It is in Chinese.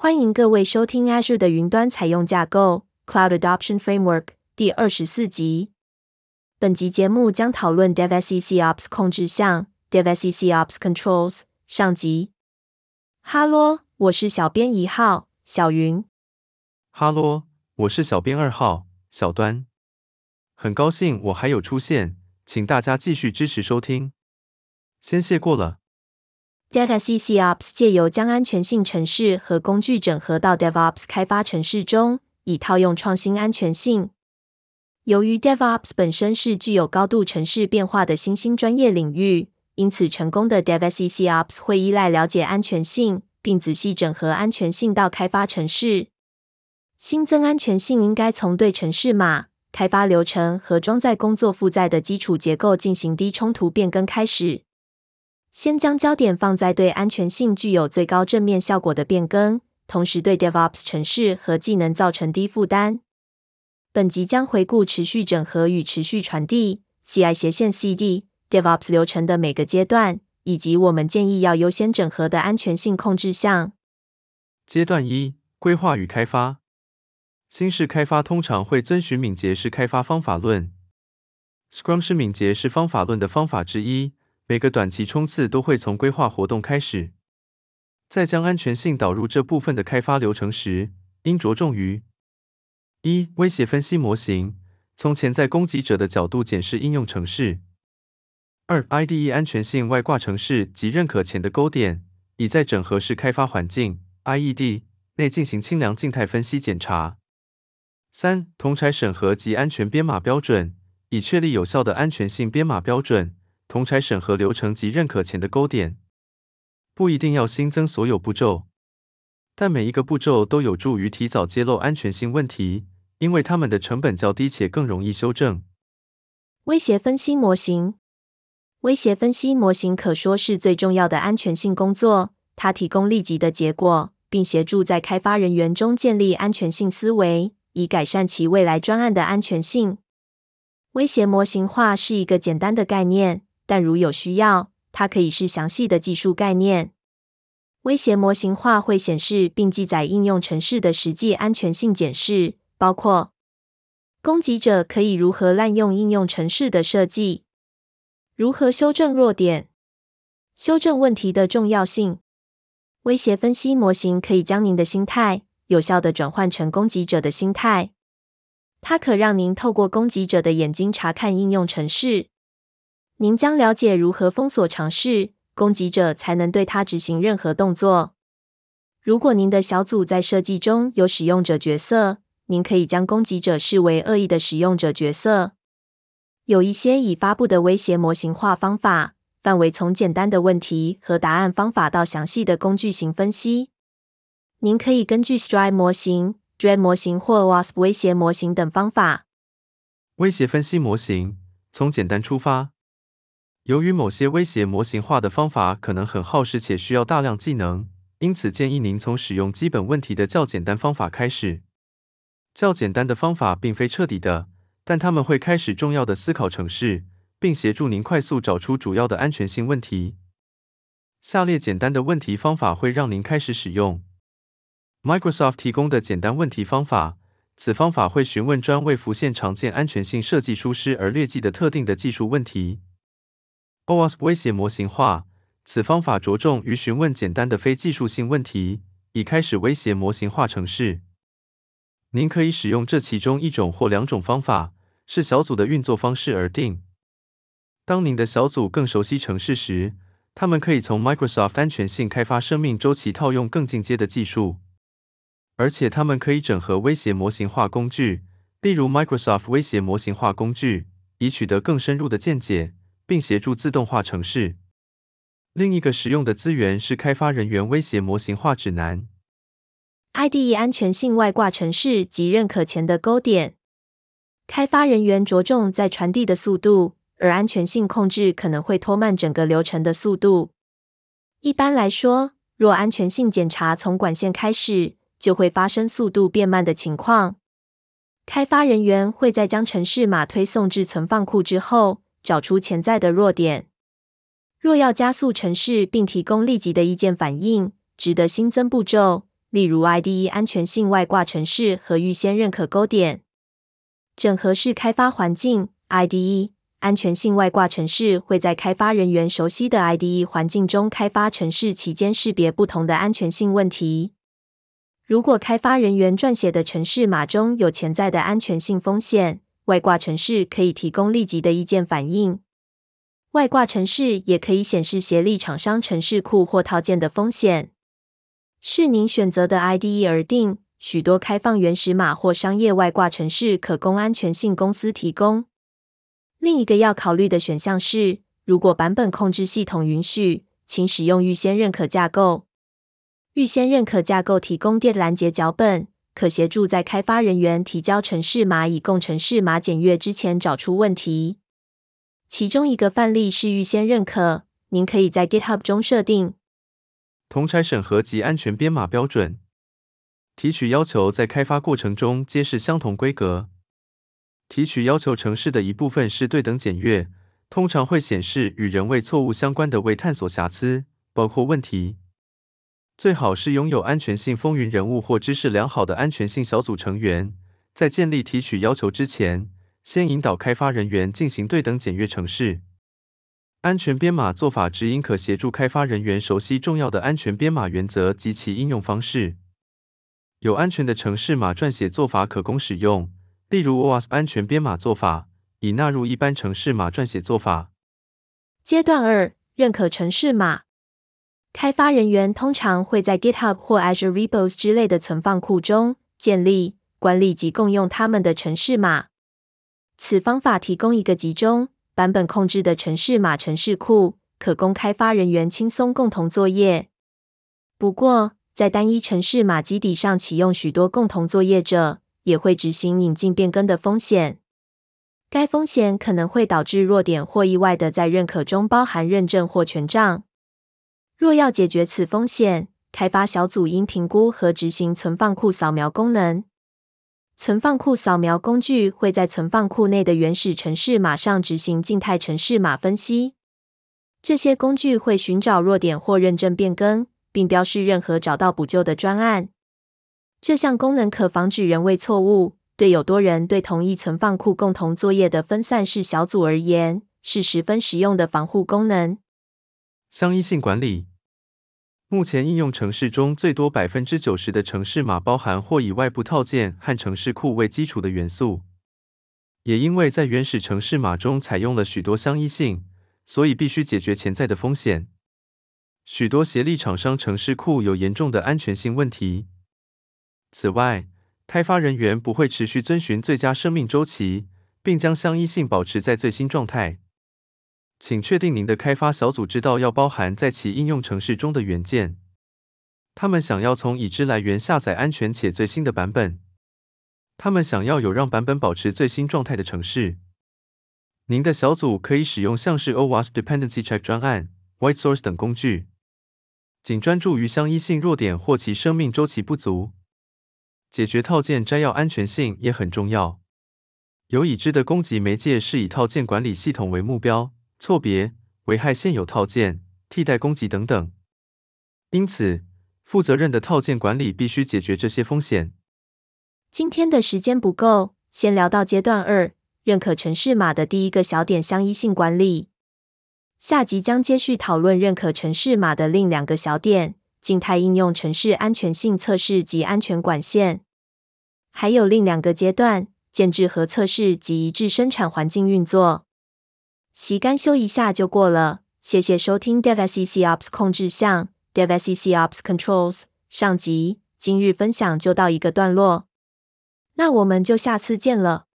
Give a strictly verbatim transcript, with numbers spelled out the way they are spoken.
欢迎各位收听 Azure 的云端采用架构 Cloud Adoption Framework 第二十四集。本集节目将讨论 DevSecOps 控制项 DevSecOps Controls 上集。哈喽，我是小编一号小云。 哈喽，我是小编二号小端。很高兴我还有出现，请大家继续支持收听。先谢过了。 DevSecOps 借由将安全性程式和工具整合到 DevOps 开发程式中，以套用创新安全性。由于 DevOps 本身是具有高度程式变化的新兴专业领域，因此成功的 DevSecOps 会依赖了解安全性，并仔细整合安全性到开发程式。新增安全性应该从对程式码、开发流程和装载工作负载的基础结构进行低冲突变更开始。先将焦点放在对安全性具有最高正面效果的变更，同时对 DevOps 程式和技能造成低负担。本集将回顾持续整合与持续传递 C I 斜线 C D DevOps 流程的每个阶段，以及我们建议要优先整合的安全性控制项。 阶段一：规划与开发。新式开发通常会遵循敏捷式开发方法论。Scrum 是敏捷式方法论的方法之一，每个短期冲刺都会从规划活动开始。在将安全性导入这部分的开发流程时，应着重于一威胁分析模型，从潜在攻击者的角度检视应用程式。二 I D E 安全性外挂程式及认可前的勾点，以在整合式开发环境 I E D 内进行清凉静态分析检查。三同侪审核及安全编码标准，以确立有效的安全性编码标准。同侪审核流程及认可前的勾点，不一定要新增所有步骤，但每一个步骤都有助于提早揭露安全性问题，因为它们的成本较低且更容易修正。 威胁分析模型。威胁分析模型可说是最重要的安全性工作，它提供立即的结果，并协助在开发人员中建立安全性思维，以改善其未来专案的安全性。威胁模型化是一个简单的概念，但如有需要，它可以是详细的技术概念。威胁模型化会显示并记载应用程式的实际安全性检视，包括攻击者可以如何滥用应用程式的设计，如何修正弱点，修正问题的重要性。威胁分析模型可以将您的心态有效地转换成攻击者的心态。它可让您透过攻击者的眼睛查看应用程式。您将了解如何封锁尝试，攻击者才能对它执行任何动作。如果您的小组在设计中有使用者角色，您可以将攻击者视为恶意的使用者角色。有一些已发布的威胁模型化方法，范围从简单的问题和答案方法到详细的工具型分析。您可以根据 Stride 模型、D R E A D 模型或 W A S P 威胁模型等方法。 威胁分析模型从简单出发。由于某些威胁模型化的方法可能很耗时且需要大量技能，因此建议您从使用基本问题的较简单方法开始。较简单的方法并非彻底的，但它们会开始重要的思考程式，并协助您快速找出主要的安全性问题。下列简单的问题方法会让您开始使用 Microsoft 提供的简单问题方法。此方法会询问专为浮现常见安全性设计疏失而略记的特定的技术问题。O W A S P 威胁模型化，此方法着重于询问简单的非技术性问题，以开始威胁模型化程式。您可以使用这其中一种或两种方法，视小组的运作方式而定。当您的小组更熟悉程式时，他们可以从 Microsoft 安全性开发生命周期套用更进阶的技术，而且他们可以整合威胁模型化工具，例如 Microsoft 威胁模型化工具，以取得更深入的见解，并协助自动化程式。另一个实用的资源是开发人员威胁模型化指南。 I D E 安全性外挂程式及认可前的勾点。开发人员着重在传递的速度，而安全性控制可能会拖慢整个流程的速度。一般来说，若安全性检查从管线开始，就会发生速度变慢的情况。开发人员会在将程式码推送至存放库之后，找出潜在的弱点。若要加速程式并提供立即的意见反应，值得新增步骤， 例如 I D E 安全性外挂程式和预先认可勾点。整合式开发环境 I D E 安全性外挂程式会在开发人员熟悉的 I D E 环境中开发程式期间识别不同的安全性问题。如果开发人员撰写的程式码中有潜在的安全性风险，外挂程式可以提供立即的意见反应。外挂程式也可以显示协力厂商程式库或套件的风险。视您选择的 I D E 而定，许多开放原始码或商业外挂程式可供安全性公司提供。另一个要考虑的选项是，如果版本控制系统允许，请使用预先认可架构。预先认可架构提供 Git 拦截脚本，可协助在开发人员提交程式码以供程式码检阅之前找出问题。其中一个范例是预先认可，您可以在 GitHub 中设定同侪审核及安全编码标准。提取要求在开发过程中皆是相同规格。提取要求程式的一部分是对等检阅，通常会显示与人为错误相关的未探索瑕疵，包括问题。最好是拥有安全性风云人物或知识良好的安全性小组成员，在建立提取要求之前，先引导开发人员进行对等检阅程式。安全编码做法指引可协助开发人员熟悉重要的安全编码原则及其应用方式。有安全的程式码撰写做法可供使用，例如 O W A S P 安全编码做法，已纳入一般程式码撰写做法。 阶段二，认可程式码。开发人员通常会在 GitHub 或 Azure Repos 之类的存放库中建立、管理及共用他们的程式码。此方法提供一个集中、版本控制的程式码程式库，可供开发人员轻松共同作业。不过，在单一程式码基底上启用许多共同作业者，也会执行引进变更的风险。该风险可能会导致弱点或意外的在认可中包含认证或权杖。若要解决此风险，开发小组应评估和执行存放库扫描功能。存放库扫描工具会在存放库内的原始程式码上执行静态程式码分析。这些工具会寻找弱点或认证变更，并标示任何找到补救的专案。这项功能可防止人为错误，对有多人对同一存放库共同作业的分散式小组而言，是十分实用的防护功能。 相依性管理。目前应用程式中最多 百分之九十 的程式码包含或以外部套件和程式库为基础的元素。也因为在原始程式码中采用了许多相依性，所以必须解决潜在的风险。许多协力厂商程式库有严重的安全性问题。此外，开发人员不会持续遵循最佳生命周期，并将相依性保持在最新状态。请确定您的开发小组知道要包含在其应用程式中的元件。他们想要从已知来源下载安全且最新的版本。他们想要有让版本保持最新状态的程式。您的小组可以使用像是 O W A S P Dependency Check 专案、White Source 等工具，仅专注于相依性弱点或其生命周期不足。解决套件摘要安全性也很重要。有已知的攻击媒介是以套件管理系统为目标。错别、危害现有套件、替代攻击等等。因此，负责任的套件管理必须解决这些风险。 今天的时间不够，先聊到阶段二，认可程式码的第一个小点相依性管理。下集将接续讨论认可程式码的另两个小点：静态应用程式安全性测试及安全管线。还有另两个阶段：建制和测试及一致生产环境运作。习干修一下就过了，谢谢收听 DevSecOps 控制项 DevSecOps Controls 上集，今日分享就到一个段落，那我们就下次见了。